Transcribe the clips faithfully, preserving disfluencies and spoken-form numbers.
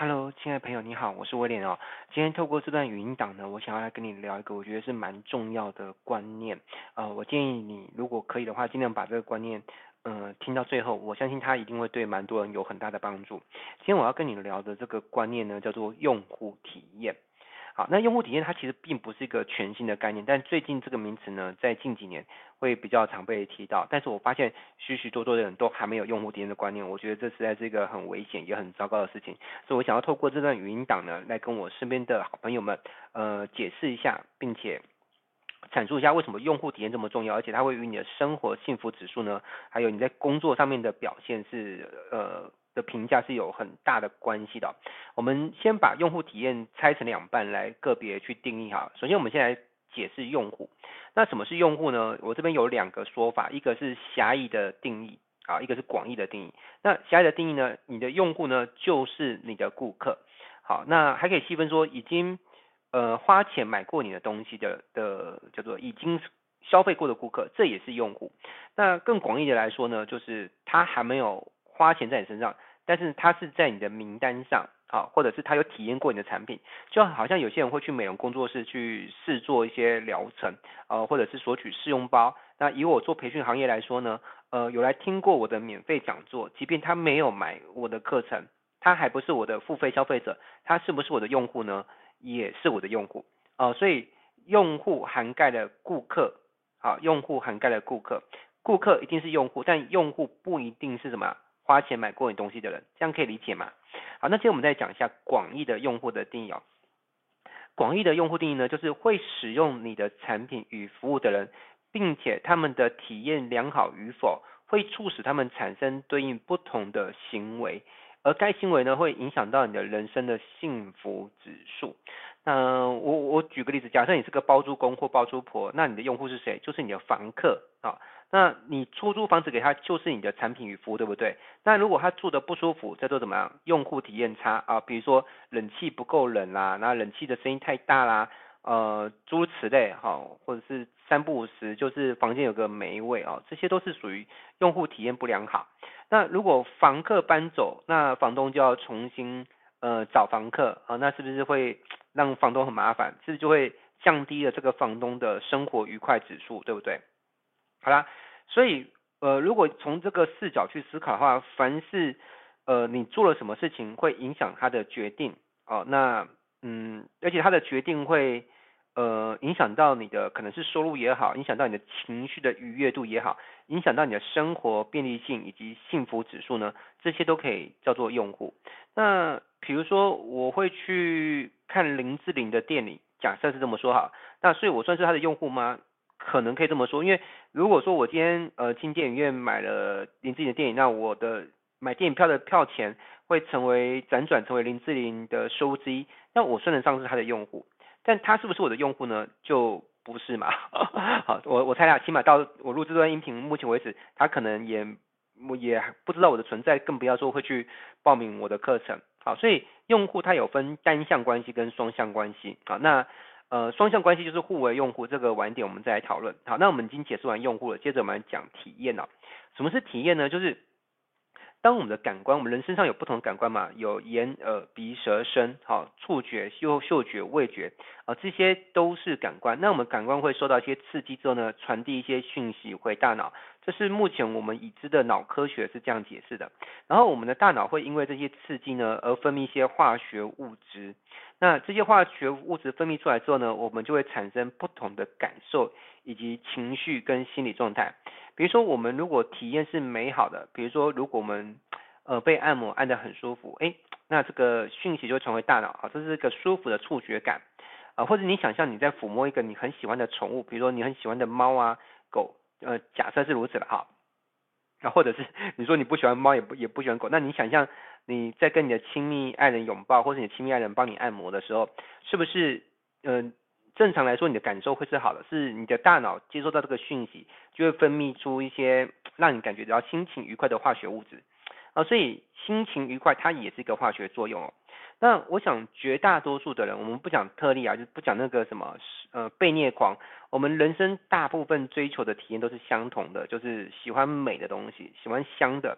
Hello，亲爱的朋友，你好，我是威廉哦。今天透过这段语音档呢，我想要来跟你聊一个我觉得是蛮重要的观念。呃，我建议你如果可以的话，尽量把这个观念呃听到最后，我相信它一定会对蛮多人有很大的帮助。今天我要跟你聊的这个观念呢，叫做用户体验。好，那用户体验它其实并不是一个全新的概念，但最近这个名词呢，在近几年会比较常被提到。但是我发现许许多多的人都还没有用户体验的观念，我觉得这实在是一个很危险也很糟糕的事情。所以我想要透过这段语音档呢，来跟我身边的好朋友们，呃，解释一下，并且阐述一下为什么用户体验这么重要，而且它会与你的生活幸福指数呢，还有你在工作上面的表现是呃的评价是有很大的关系的。我们先把用户体验拆成两半来个别去定义哈。首先我们先来解释用户。那什么是用户呢？我这边有两个说法，一个是狭义的定义啊，一个是广义的定义。那狭义的定义呢，你的用户呢就是你的顾客。好，那还可以细分说已经呃花钱买过你的东西的的叫做已经消费过的顾客，这也是用户。那更广义的来说呢，就是他还没有花钱在你身上，但是他是在你的名单上，好，或者是他有体验过你的产品，就好像有些人会去美容工作室去试做一些疗程，呃，或者是索取试用包。那以我做培训行业来说呢，呃，有来听过我的免费讲座，即便他没有买我的课程，他还不是我的付费消费者，他是不是我的用户呢？也是我的用户，呃，所以用户涵盖了顾客，好，用户涵盖了顾客，顾客一定是用户，但用户不一定是什么花钱买过你东西的人，这样可以理解吗？好，那接着我们再讲一下广义的用户的定义哦。广义的用户定义呢，就是会使用你的产品与服务的人，并且他们的体验良好与否，会促使他们产生对应不同的行为，而该行为呢，会影响到你的人生的幸福指数。那我我举个例子，假设你是个包租公或包租婆，那你的用户是谁？就是你的房客啊。那你出租房子给他，就是你的产品与服务，对不对？那如果他住的不舒服，叫做怎么样？用户体验差啊，比如说冷气不够冷啦，那冷气的声音太大啦，呃，诸如此类哈，或者是三不五时就是房间有个霉味啊，这些都是属于用户体验不良好。那如果房客搬走，那房东就要重新呃找房客啊，那是不是会让房东很麻烦？是不是就会降低了这个房东的生活愉快指数，对不对？好啦，所以呃，如果从这个视角去思考的话，凡是呃你做了什么事情会影响他的决定哦，那嗯，而且他的决定会呃影响到你的可能是收入也好，影响到你的情绪的愉悦度也好，影响到你的生活便利性以及幸福指数呢，这些都可以叫做用户。那比如说我会去看林志玲的电影，假设是这么说哈，那所以我算是他的用户吗？可能可以这么说，因为如果说我今天呃进电影院买了林志玲的电影，那我的买电影票的票钱会成为辗转成为林志玲的收入之一，那我算得上是他的用户，但他是不是我的用户呢？就不是嘛。好，我我猜下，起码到我录这段音频目前为止，他可能也我也不知道我的存在，更不要说会去报名我的课程。好，所以用户他有分单向关系跟双向关系。好，那呃，双向关系就是互为用户，这个晚点我们再来讨论。好，那我们已经解释完用户了，接着我们来讲体验了。什么是体验呢？就是当我们的感官，我们人身上有不同的感官嘛，有眼、耳、鼻、舌、身，好，触觉、嗅、嗅觉、味觉，啊，这些都是感官。那我们感官会受到一些刺激之后呢，传递一些讯息回大脑，这是目前我们已知的脑科学是这样解释的。然后我们的大脑会因为这些刺激呢，而分泌一些化学物质。那这些化学物质分泌出来之后呢，我们就会产生不同的感受以及情绪跟心理状态。比如说，我们如果体验是美好的，比如说，如果我们呃被按摩按得很舒服，哎，那这个讯息就会传回大脑，啊，这是一个舒服的触觉感，啊，或者你想象你在抚摸一个你很喜欢的宠物，比如说你很喜欢的猫啊、狗，呃，假设是如此了哈，啊，或者是你说你不喜欢猫也不也不喜欢狗，那你想象你在跟你的亲密爱人拥抱，或者你的亲密爱人帮你按摩的时候，是不是嗯、呃正常来说你的感受会是好的，是你的大脑接收到这个讯息，就会分泌出一些让你感觉到心情愉快的化学物质啊，所以心情愉快它也是一个化学作用哦。那我想绝大多数的人，我们不讲特例啊，就不讲那个什么呃被虐狂，我们人生大部分追求的体验都是相同的，就是喜欢美的东西，喜欢香的。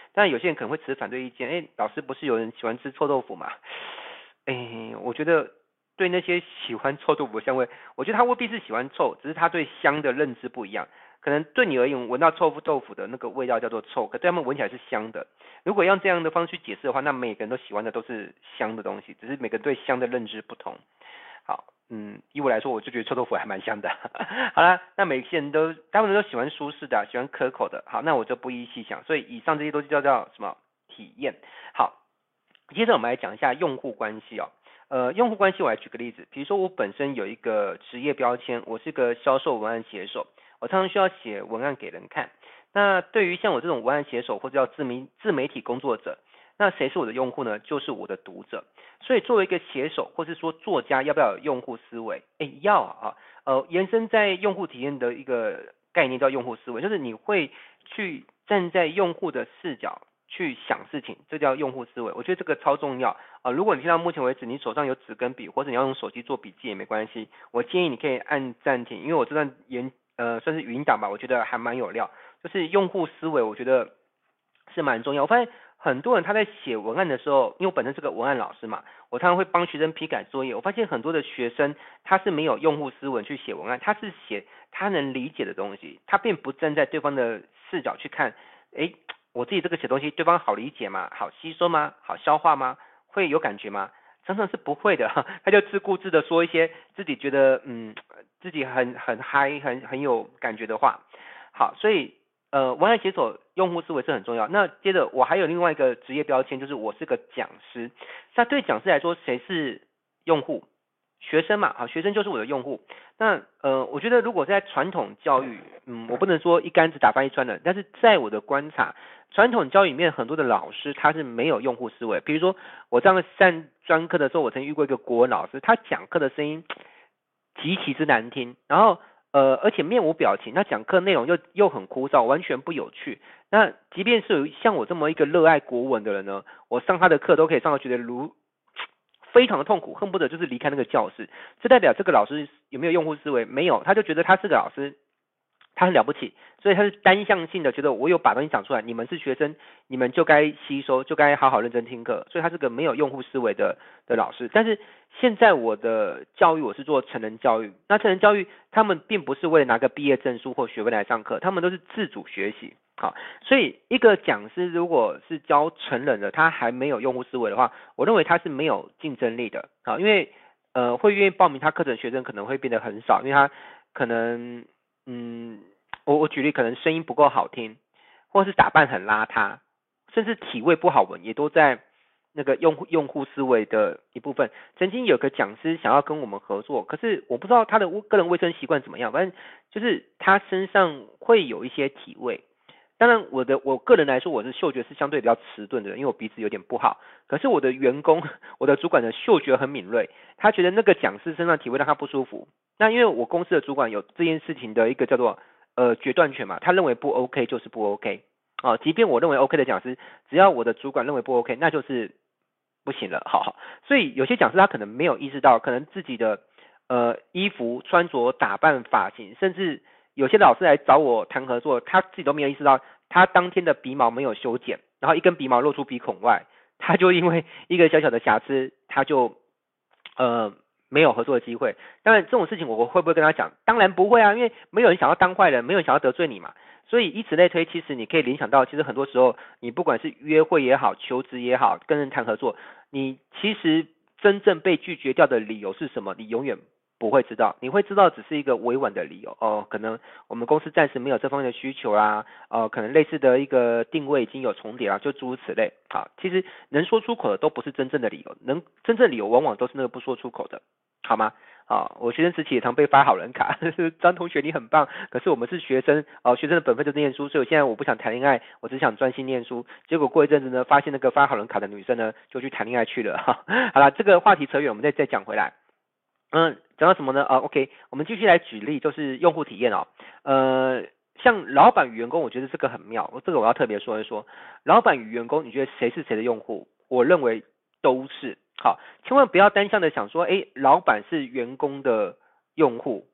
当然有些人可能会持反对意见，哎，老师不是有人喜欢吃臭豆腐吗？哎，我觉得对那些喜欢臭豆腐的香味，我觉得他未必是喜欢臭，只是他对香的认知不一样。可能对你而言，闻到臭豆腐的那个味道叫做臭，可对他们闻起来是香的。如果用这样的方式去解释的话，那每个人都喜欢的都是香的东西，只是每个人对香的认知不同。好，嗯，以我来说，我就觉得臭豆腐还蛮香的。好啦，那每些人都，大部分人都喜欢舒适的，喜欢可口的。好，那我就不一一细想。所以以上这些都叫叫什么体验？好，接着我们来讲一下用户关系哦。呃，用户关系我来举个例子，比如说我本身有一个职业标签，我是个销售文案写手，我常常需要写文案给人看。那对于像我这种文案写手或者叫自媒自媒体工作者，那谁是我的用户呢？就是我的读者。所以作为一个写手或是说作家，要不要有用户思维？哎，要啊。呃，延伸在用户体验的一个概念叫用户思维，就是你会去站在用户的视角去想事情，这叫用户思维。我觉得这个超重要啊、呃！如果你听到目前为止你手上有纸跟笔，或者你要用手机做笔记也没关系，我建议你可以按暂停，因为我这段言呃算是语音档吧，我觉得还蛮有料。就是用户思维，我觉得是蛮重要。我发现很多人他在写文案的时候，因为我本身是个文案老师嘛，我常常会帮学生批改作业。我发现很多的学生他是没有用户思维去写文案，他是写他能理解的东西，他并不站在对方的视角去看，诶，我自己这个写东西对方好理解吗？好吸收吗？好消化吗？会有感觉吗？常常是不会的，他就自顾自的说一些自己觉得嗯自己很很嗨很很有感觉的话。好，所以呃，文案写手用户思维是很重要。那接着我还有另外一个职业标签，就是我是个讲师。那对讲师来说，谁是用户？学生嘛，好，学生就是我的用户。那呃，我觉得如果在传统教育，嗯，我不能说一竿子打翻一船人，但是在我的观察，传统教育里面很多的老师他是没有用户思维。比如说我这样上专科的时候，我曾遇过一个国文老师，他讲课的声音极其之难听，然后呃，而且面无表情，他讲课内容又又很枯燥，完全不有趣。那即便是有像我这么一个热爱国文的人呢，我上他的课都可以上到觉得如非常的痛苦，恨不得就是离开那个教室。这代表这个老师有没有用户思维？没有，他就觉得他是个老师，他很了不起，所以他是单向性的觉得我有把东西讲出来，你们是学生，你们就该吸收，就该好好认真听课，所以他是个没有用户思维的的老师。但是现在我的教育我是做成人教育，那成人教育他们并不是为了拿个毕业证书或学位来上课，他们都是自主学习。好，所以一个讲师如果是教成人的，他还没有用户思维的话，我认为他是没有竞争力的。好，因为呃会愿意报名他课程的学生可能会变得很少，因为他可能嗯，我我举例，可能声音不够好听，或是打扮很邋遢，甚至体味不好闻，也都在那个用户用户思维的一部分。曾经有个讲师想要跟我们合作，可是我不知道他的个人卫生习惯怎么样，反正就是他身上会有一些体味。当然，我的我个人来说，我是嗅觉是相对比较迟钝的人，因为我鼻子有点不好。可是我的员工，我的主管的嗅觉很敏锐，他觉得那个讲师身上体味让他不舒服。那因为我公司的主管有这件事情的一个叫做呃决断权嘛，他认为不 OK 就是不 OK 啊，即便我认为 OK 的讲师，只要我的主管认为不 OK，那就是不行了。好，所以有些讲师他可能没有意识到，可能自己的呃衣服穿着打扮发型，甚至有些老师来找我谈合作，他自己都没有意识到，他当天的鼻毛没有修剪，然后一根鼻毛露出鼻孔外，他就因为一个小小的瑕疵，他就呃没有合作的机会。当然这种事情我会不会跟他讲？当然不会啊，因为没有人想要当坏人，没有人想要得罪你嘛。所以以此类推，其实你可以联想到，其实很多时候你不管是约会也好，求职也好，跟人谈合作，你其实真正被拒绝掉的理由是什么？你永远不会知道，你会知道只是一个委婉的理由哦，可能我们公司暂时没有这方面的需求啦，呃，可能类似的一个定位已经有重叠啦，就诸如此类。好，其实能说出口的都不是真正的理由，能真正理由往往都是那个不说出口的，好吗？啊，我学生时期也常被发好人卡，张同学你很棒，可是我们是学生，哦、呃，学生的本分就是念书，所以我现在我不想谈恋爱，我只想专心念书。结果过一阵子呢，发现那个发好人卡的女生呢，就去谈恋爱去了。哈，好了，这个话题扯远，我们再再讲回来。嗯，讲到什么呢？啊 ，OK， 我们继续来举例，就是用户体验哦。呃，像老板与员工，我觉得这个很妙，这个我要特别说一说。老板与员工，你觉得谁是谁的用户？我认为都是。好，千万不要单向的想说，哎，老板是员工的用户，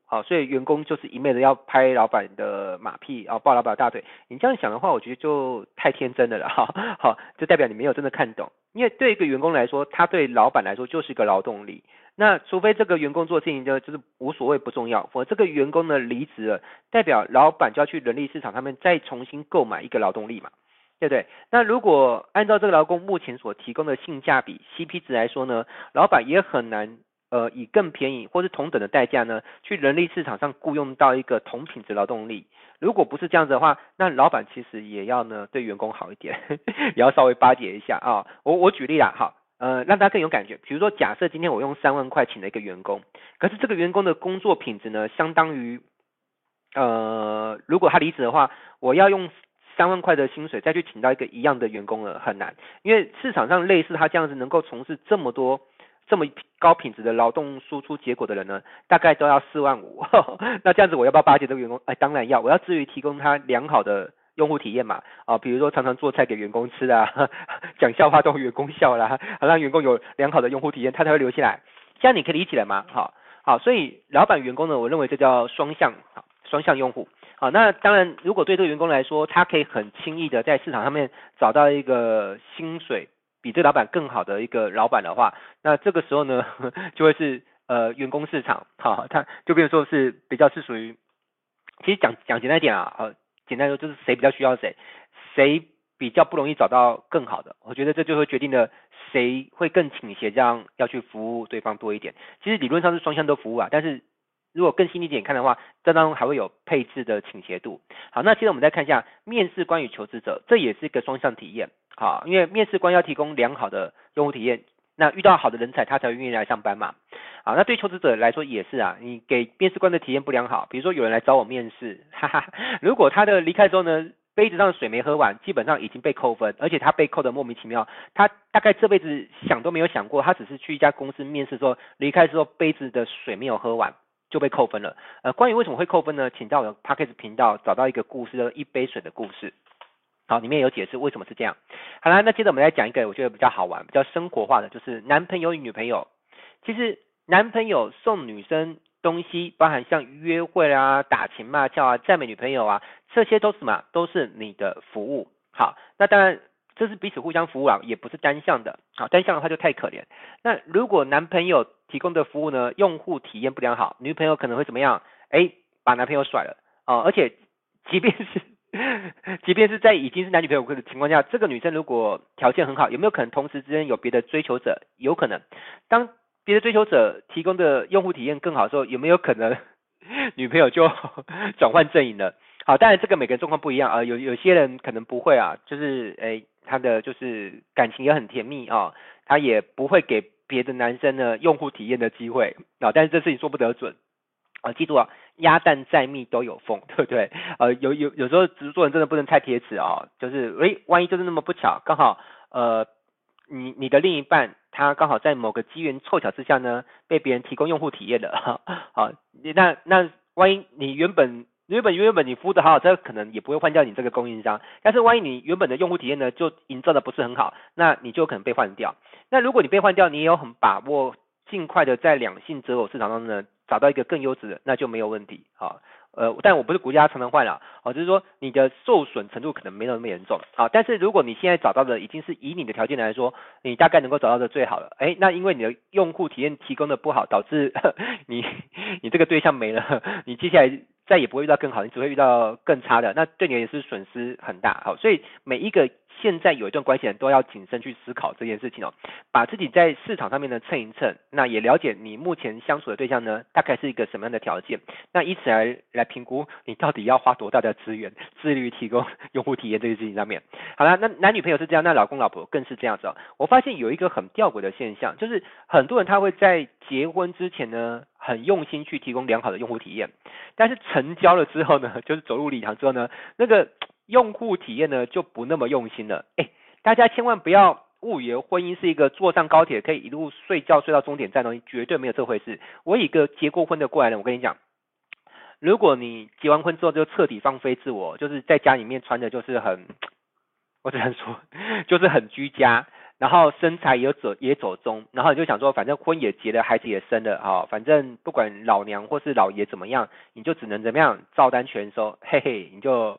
好，所以员工就是一昧的要拍老板的马屁啊，抱老板的大腿。你这样想的话，我觉得就太天真了了哈。好，就代表你没有真的看懂。因为对一个员工来说，他对老板来说就是一个劳动力。那除非这个员工做事情就就是无所谓不重要，否则这个员工呢离职了，代表老板就要去人力市场上面再重新购买一个劳动力嘛。对不对？那如果按照这个劳工目前所提供的性价比 C P 值来说呢，老板也很难呃以更便宜或是同等的代价呢，去人力市场上雇佣到一个同品质劳动力。如果不是这样子的话，那老板其实也要呢对员工好一点，也要稍微巴结一下啊。我我举例啦，好，呃，让大家更有感觉。比如说，假设今天我用三万块请了一个员工，可是这个员工的工作品质呢，相当于呃，如果他离职的话，我要用三万块的薪水再去请到一个一样的员工了，很难，因为市场上类似他这样子能够从事这么多这么高品质的劳动输出结果的人呢，大概都要四万五。那这样子我要不要巴结这个员工？哎，当然要，我要至于提供他良好的用户体验嘛，啊，比如说常常做菜给员工吃啊，讲笑话逗员工笑啦，让员工有良好的用户体验，他才会留下来。这样你可以理解了吗？好，好，所以老板员工呢，我认为这叫双向，双向用户。好，那当然，如果对这个员工来说，他可以很轻易的在市场上面找到一个薪水比这个老板更好的一个老板的话，那这个时候呢，就会是呃员工市场，好，他就变成说是比较是属于，其实讲讲简单一点啊，呃，简单说就是谁比较需要谁，谁比较不容易找到更好的，我觉得这就会决定了谁会更倾斜这样要去服务对方多一点。其实理论上是双向都服务啊，但是如果更细腻一点看的话，这当中还会有配置的倾斜度。好，那接着我们再看一下面试官与求职者，这也是一个双向体验。好，因为面试官要提供良好的用户体验，那遇到好的人才，他才会愿意来上班嘛。好，那对求职者来说也是啊，你给面试官的体验不良好，比如说有人来找我面试，哈哈，如果他的离开之后呢，杯子上的水没喝完，基本上已经被扣分，而且他被扣的莫名其妙，他大概这辈子想都没有想过，他只是去一家公司面试之后，离开之后杯子的水没有喝完。就被扣分了。呃，关于为什么会扣分呢？请到我的 Podcast 频道找到一个故事，叫一杯水的故事。好，里面有解释为什么是这样。好啦，那接着我们来讲一个我觉得比较好玩、比较生活化的，就是男朋友与女朋友。其实男朋友送女生东西，包含像约会啊、打情骂俏啊、赞美女朋友啊，这些都是什么？都是你的服务。好，那当然这是彼此互相服务啊，也不是单向的。好，单向的话就太可怜。那如果男朋友提供的服务呢，用户体验不良好，女朋友可能会怎么样？哎，把男朋友甩了哦，而且即便是即便是在已经是男女朋友的情况下，这个女生如果条件很好，有没有可能同时之间有别的追求者？有可能。当别的追求者提供的用户体验更好的时候，有没有可能女朋友就转换阵营了？好，当然这个每个人状况不一样啊、呃，有有些人可能不会啊，就是诶他的就是感情也很甜蜜啊、哦，他也不会给别的男生呢用户体验的机会啊、哦，但是这事情说不得准。啊、呃，记住啊，鸭蛋再密都有缝，对不对？呃，有有有时候做人真的不能太贴纸啊，就是诶，万一就是那么不巧，刚好呃，你你的另一半他刚好在某个机缘凑巧之下呢，被别人提供用户体验了，好，那那万一你原本原本原本你服务的好好，这可能也不会换掉你这个供应商，但是万一你原本的用户体验呢就营造的不是很好，那你就有可能被换掉。那如果你被换掉，你也有很把握尽快的在两性择偶市场上呢找到一个更优质的，那就没有问题。好，呃，但我不是鼓励大家常常换了，哦，就是说你的受损程度可能没那么严重。好，但是如果你现在找到的已经是以你的条件来说，你大概能够找到的最好了，哎，那因为你的用户体验提供的不好，导致你你这个对象没了，你接下来再也不会遇到更好，你只会遇到更差的，那对你也是损失很大。好，所以每一个现在有一段关系的人都要谨慎去思考这件事情哦，把自己在市场上面呢称一称，那也了解你目前相处的对象呢大概是一个什么样的条件，那以此来来评估你到底要花多大的资源致力于提供用户体验这件事情上面。好了，那男女朋友是这样，那老公老婆更是这样子哦。我发现有一个很吊诡的现象，就是很多人他会在结婚之前呢很用心去提供良好的用户体验，但是成交了之后呢，就是走入礼堂之后呢，那个用户体验呢就不那么用心了。哎，大家千万不要误以为婚姻是一个坐上高铁可以一路睡觉睡到终点站的东西，绝对没有这回事。我以一个结过婚的过来人，我跟你讲，如果你结完婚之后就彻底放飞自我，就是在家里面穿的就是很，我只能说就是很居家， 然后身材也走也走中，然后你就想说，反正婚也结了，孩子也生了，哈、哦，反正不管老娘或是老爷怎么样，你就只能怎么样照单全收，嘿嘿，你就，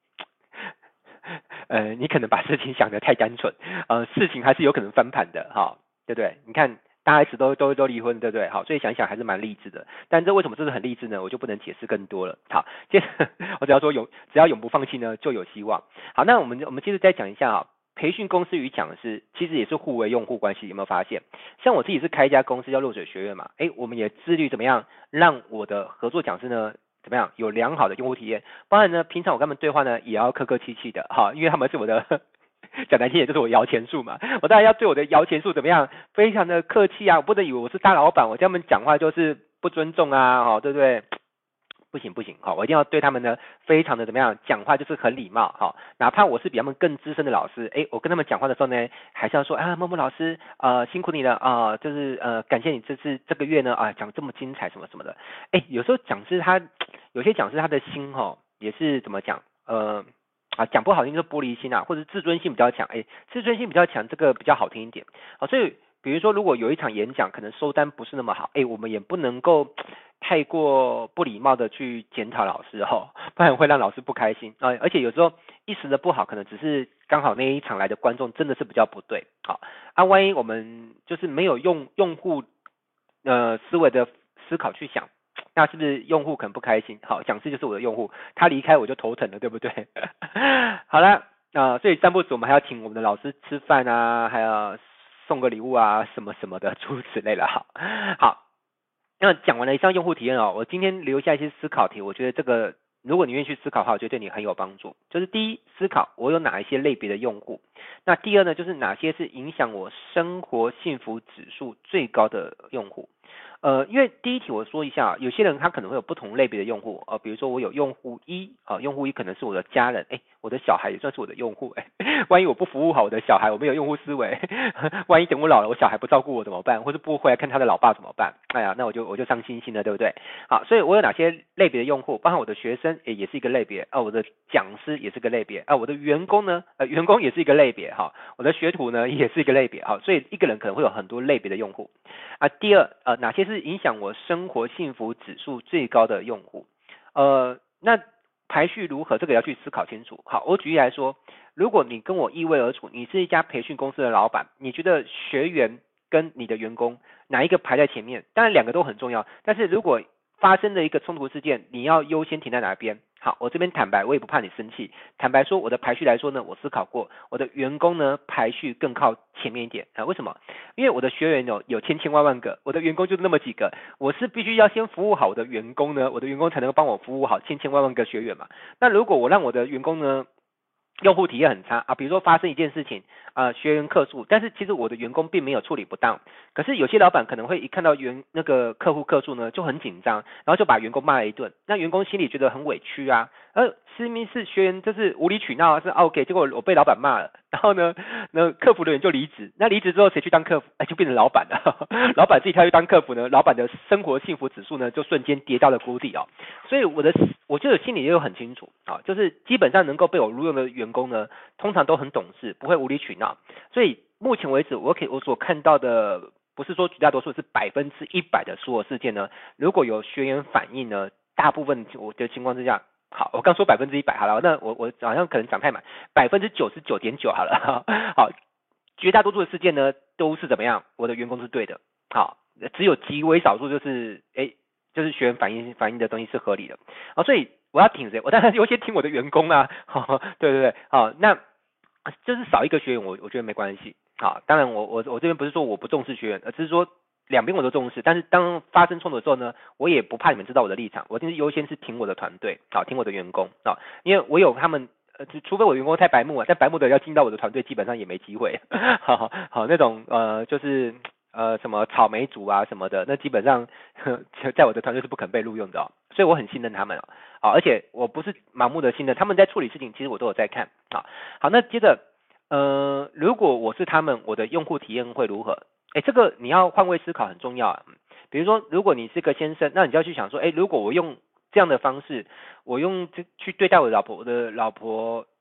呃，你可能把事情想得太单纯，呃，事情还是有可能翻盘的，哈、哦，对不对？你看大 S 都都都离婚，对不对？好，所以想想还是蛮励志的。但这为什么这是很励志呢？我就不能解释更多了。好，接着我只要说永只要永不放弃呢，就有希望。好，那我们我们接着再讲一下啊。培训公司与讲师其实也是互为用户关系，有没有发现？像我自己是开一家公司叫落水学院嘛，哎，我们也致力怎么样让我的合作讲师呢怎么样有良好的用户体验，包含呢平常我跟他们对话呢也要客客气气的哈，因为他们是我的讲难听点就是我摇钱树嘛，我当然要对我的摇钱树怎么样非常的客气啊，我不能以为我是大老板，我跟他们讲话就是不尊重啊，哦对不对？不行不行，好，我一定要对他们呢非常的怎么样，讲话就是很礼貌，好，哪怕我是比他们更资深的老师，哎，我跟他们讲话的时候呢，还是要说啊，默默老师，呃，辛苦你了啊、呃，就是呃，感谢你这次这个月呢啊讲这么精彩什么什么的，哎，有时候讲师他有些讲师他的心哈、哦、也是怎么讲，呃。啊，讲不好听就是玻璃心啊，或者自尊心比较强，哎，自尊心比较强，这个比较好听一点。好，所以比如说，如果有一场演讲可能收单不是那么好，哎，我们也不能够太过不礼貌的去检讨老师哈，不然会让老师不开心啊。而且有时候一时的不好，可能只是刚好那一场来的观众真的是比较不对，好啊，万一我们就是没有用用户呃思维的思考去想。那是不是用户可能不开心？好，讲师就是我的用户，他离开我就头疼了，对不对？好了，啊、呃，所以三不子我们还要请我们的老师吃饭啊，还要送个礼物啊，什么什么的，诸如此类的。好，好，那讲完了以上用户体验哦，我今天留下一些思考题，我觉得这个如果你愿意去思考的话，我觉得对你很有帮助。就是第一，思考我有哪一些类别的用户；那第二呢，就是哪些是影响我生活幸福指数最高的用户。呃，因为第一题我说一下，有些人他可能会有不同类别的用户，呃，比如说我有用户一，啊、呃，用户一可能是我的家人，哎，我的小孩也算是我的用户，哎，万一我不服务好我的小孩，我没有用户思维，万一等我老了，我小孩不照顾我怎么办？或是不回来看他的老爸怎么办？哎呀，那我就我就伤心心了，对不对？好，所以我有哪些类别的用户，包含我的学生，也也是一个类别，啊、呃，我的讲师也是个类别，啊、呃，我的员工呢，呃，员工也是一个类别，哈，我的学徒呢也是一个类别，好，所以一个人可能会有很多类别的用户。啊，第二，呃，哪些是影响我生活幸福指数最高的用户？呃，那排序如何？这个要去思考清楚。好，我举例来说，如果你跟我意味而处，你是一家培训公司的老板，你觉得学员跟你的员工哪一个排在前面？当然两个都很重要，但是如果发生的一个冲突事件，你要优先停在哪边？好，我这边坦白，我也不怕你生气。坦白说，我的排序来说呢，我思考过，我的员工呢排序更靠前面一点啊。为什么？因为我的学员有有千千万万个，我的员工就那么几个，我是必须要先服务好我的员工呢，我的员工才能够帮我服务好千千万万个学员嘛。那如果我让我的员工呢，用户体验很差啊，比如说发生一件事情，啊，学员客诉，但是其实我的员工并没有处理不当，可是有些老板可能会一看到员那个客户客诉呢就很紧张，然后就把员工骂了一顿，那员工心里觉得很委屈啊，而明明是学员就是无理取闹啊，是 OK， 结果我被老板骂了，然后呢，那客服人员就离职，那离职之后谁去当客服？哎，就变成老板了，老板自己跳去当客服呢，老板的生活幸福指数呢就瞬间跌到了谷底哦，所以我的我就心里也有很清楚啊，就是基本上能够被我录用的员工呢，通常都很懂事，不会无理取闹，所以目前为止我可以我所看到的。不是说绝大多数是百分之一百的所有事件呢，如果有学员反映呢，大部分我的情况之下，好，我刚说百分之一百好了，那我我好像可能讲太满，百分之九十九点九好了，好，绝大多数的事件呢都是怎么样，我的员工是对的，好，只有极为少数就是哎，就是学员反映反映的东西是合理的，好，所以我要挺谁？我当然优先挺我的员工啊，好，对对对，好，那就是少一个学员我我觉得没关系。好，当然我我我这边不是说我不重视学员，而是说两边我都重视。但是当发生冲突的时候呢，我也不怕你们知道我的立场，我就是优先是挺我的团队，好，挺我的员工啊，因为我有他们，呃，除非我员工太白目啊，但白目的要进到我的团队，基本上也没机会。好好那种呃就是呃什么草莓族啊什么的，那基本上呵在我的团队是不肯被录用的、哦，所以我很信任他们哦，好，而且我不是盲目的信任，他们在处理事情，其实我都有在看啊。好，那接着。呃，如果我是他们，我的用户体验会如何？哎，这个你要换位思考很重要啊。比如说，如果你是个先生，那你就要去想说，哎，如果我用这样的方式，我用这去对待我的老婆，我的老婆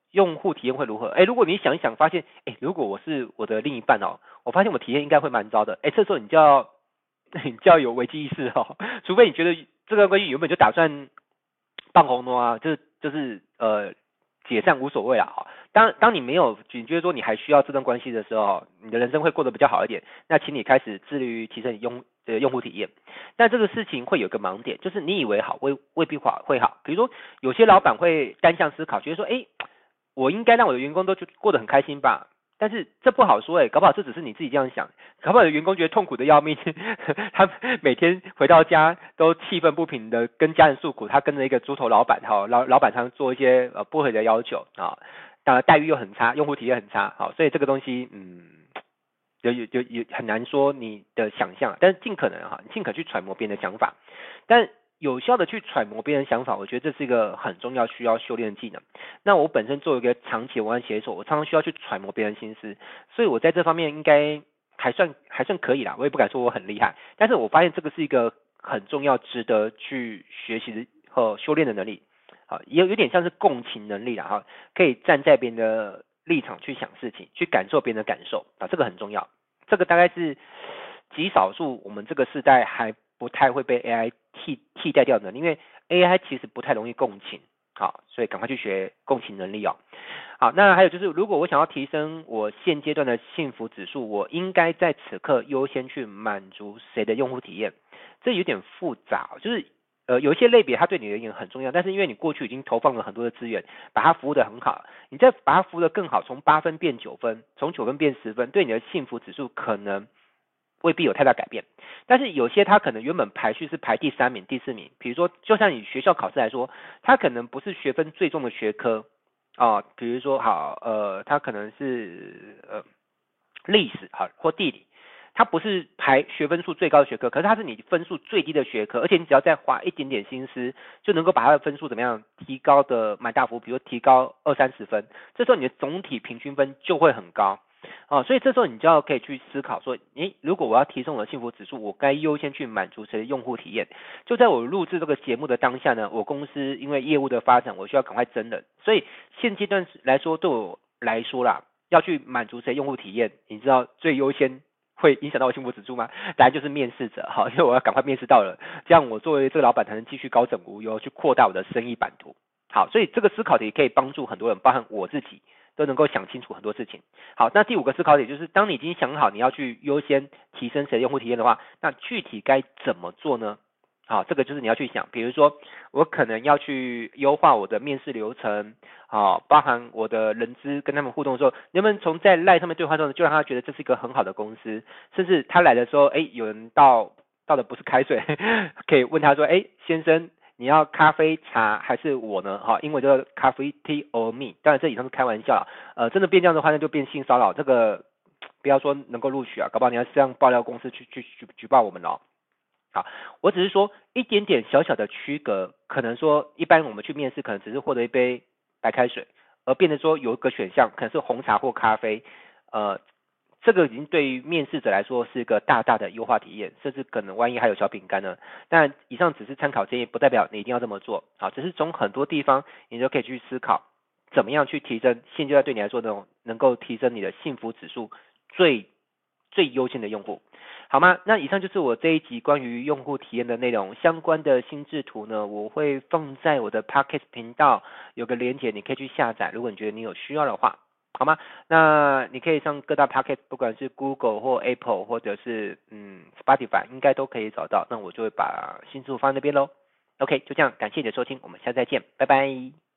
用户体验会如何？哎，如果你想一想，发现，哎，如果我是我的另一半哦，我发现我体验应该会蛮糟的。哎，这时候你就要你就要有危机意识哦，除非你觉得这段关系原本就打算放红诺啊，就是就是呃解散无所谓啦哈。当当你没有，你觉得说你还需要这段关系的时候，你的人生会过得比较好一点，那请你开始致力于提升用呃用户体验。但这个事情会有个盲点，就是你以为好，未未必好会好。比如说有些老板会单向思考，觉得说，哎，我应该让我的员工都就过得很开心吧。但是这不好说哎，搞不好这只是你自己这样想，搞不好有的员工觉得痛苦的要命，他每天回到家都气愤不平的跟家人诉苦，他跟着一个猪头老板哈，老老板常做一些呃不合理的要求啊，当然待遇又很差，用户体验很差，好，所以这个东西嗯。有有有有很难说你的想象，但是尽可能哈，尽可去揣摩别人的想法，但有效的去揣摩别人想法，我觉得这是一个很重要需要修炼的技能。那我本身作为一个长期文案写手，我常常需要去揣摩别人心思，所以我在这方面应该还算还算可以啦，我也不敢说我很厉害，但是我发现这个是一个很重要、值得去学习和修炼的能力。好，也有有点像是共情能力啦哈，可以站在别人的立场去想事情，去感受别人的感受啊，这个很重要。这个大概是极少数我们这个时代还不太会被 A I 替替代掉的，因为 A I 其实不太容易共情，好，所以赶快去学共情能力哦。好，那还有就是，如果我想要提升我现阶段的幸福指数，我应该在此刻优先去满足谁的用户体验？这有点复杂，就是呃，有一些类别它对你而言很重要，但是因为你过去已经投放了很多的资源，把它服务的很好，你再把它服务的更好，从八分变九分，从九分变十分，对你的幸福指数可能未必有太大改变。但是有些它可能原本排序是排第三名、第四名，比如说就像以学校考试来说，它可能不是学分最重的学科啊，比如说好呃，它可能是呃历史好或地理。它不是排学分数最高的学科，可是它是你分数最低的学科，而且你只要再花一点点心思，就能够把它的分数怎么样提高的蛮大幅，比如提高二三十分，这时候你的总体平均分就会很高。哦，所以这时候你就要可以去思考说，诶，如果我要提升我的幸福指数，我该优先去满足谁的用户体验？就在我录制这个节目的当下呢，我公司因为业务的发展，我需要赶快增人，所以现阶段来说，对我来说啦，要去满足谁用户体验，你知道最优先会影响到我幸福指数吗？答案就是面试者，好，因为我要赶快面试到了，这样我作为这个老板才能继续高枕无忧，去扩大我的生意版图。好，所以这个思考题可以帮助很多人，包含我自己，都能够想清楚很多事情。好，那第五个思考点就是，当你已经想好你要去优先提升谁的用户体验的话，那具体该怎么做呢？好，这个就是你要去想，比如说我可能要去优化我的面试流程，好，包含我的人资跟他们互动的时候，能不能从在赖上面对话中，就让他觉得这是一个很好的公司，甚至他来的时候，哎，有人倒倒的不是开水，可以问他说，哎，先生，你要咖啡茶还是我呢？哈，英文叫 coffee tea or me，当然这以上是开玩笑啦，呃，真的变这样的话，那就变性骚扰，这个不要说能够录取啊，搞不好你要这样爆料公司去去举举报我们哦。好，我只是说一点点小小的区隔，可能说一般我们去面试，可能只是获得一杯白开水，而变得说有一个选项可能是红茶或咖啡，呃，这个已经对于面试者来说是一个大大的优化体验，甚至可能万一还有小饼干呢。但以上只是参考建议，不代表你一定要这么做。好，只是从很多地方你都可以去思考，怎么样去提升现阶段对你来说那种能够提升你的幸福指数最最优先的用户。好吗？那以上就是我这一集关于用户体验的内容，相关的心智图呢，我会放在我的 Podcast 频道，有个连结，你可以去下载，如果你觉得你有需要的话，好吗？那你可以上各大 Podcast，不管是 Google 或 Apple 或者是嗯 Spotify，应该都可以找到，那我就会把心智图放在那边喽。OK，就这样，感谢你的收听，我们下次再见，拜拜。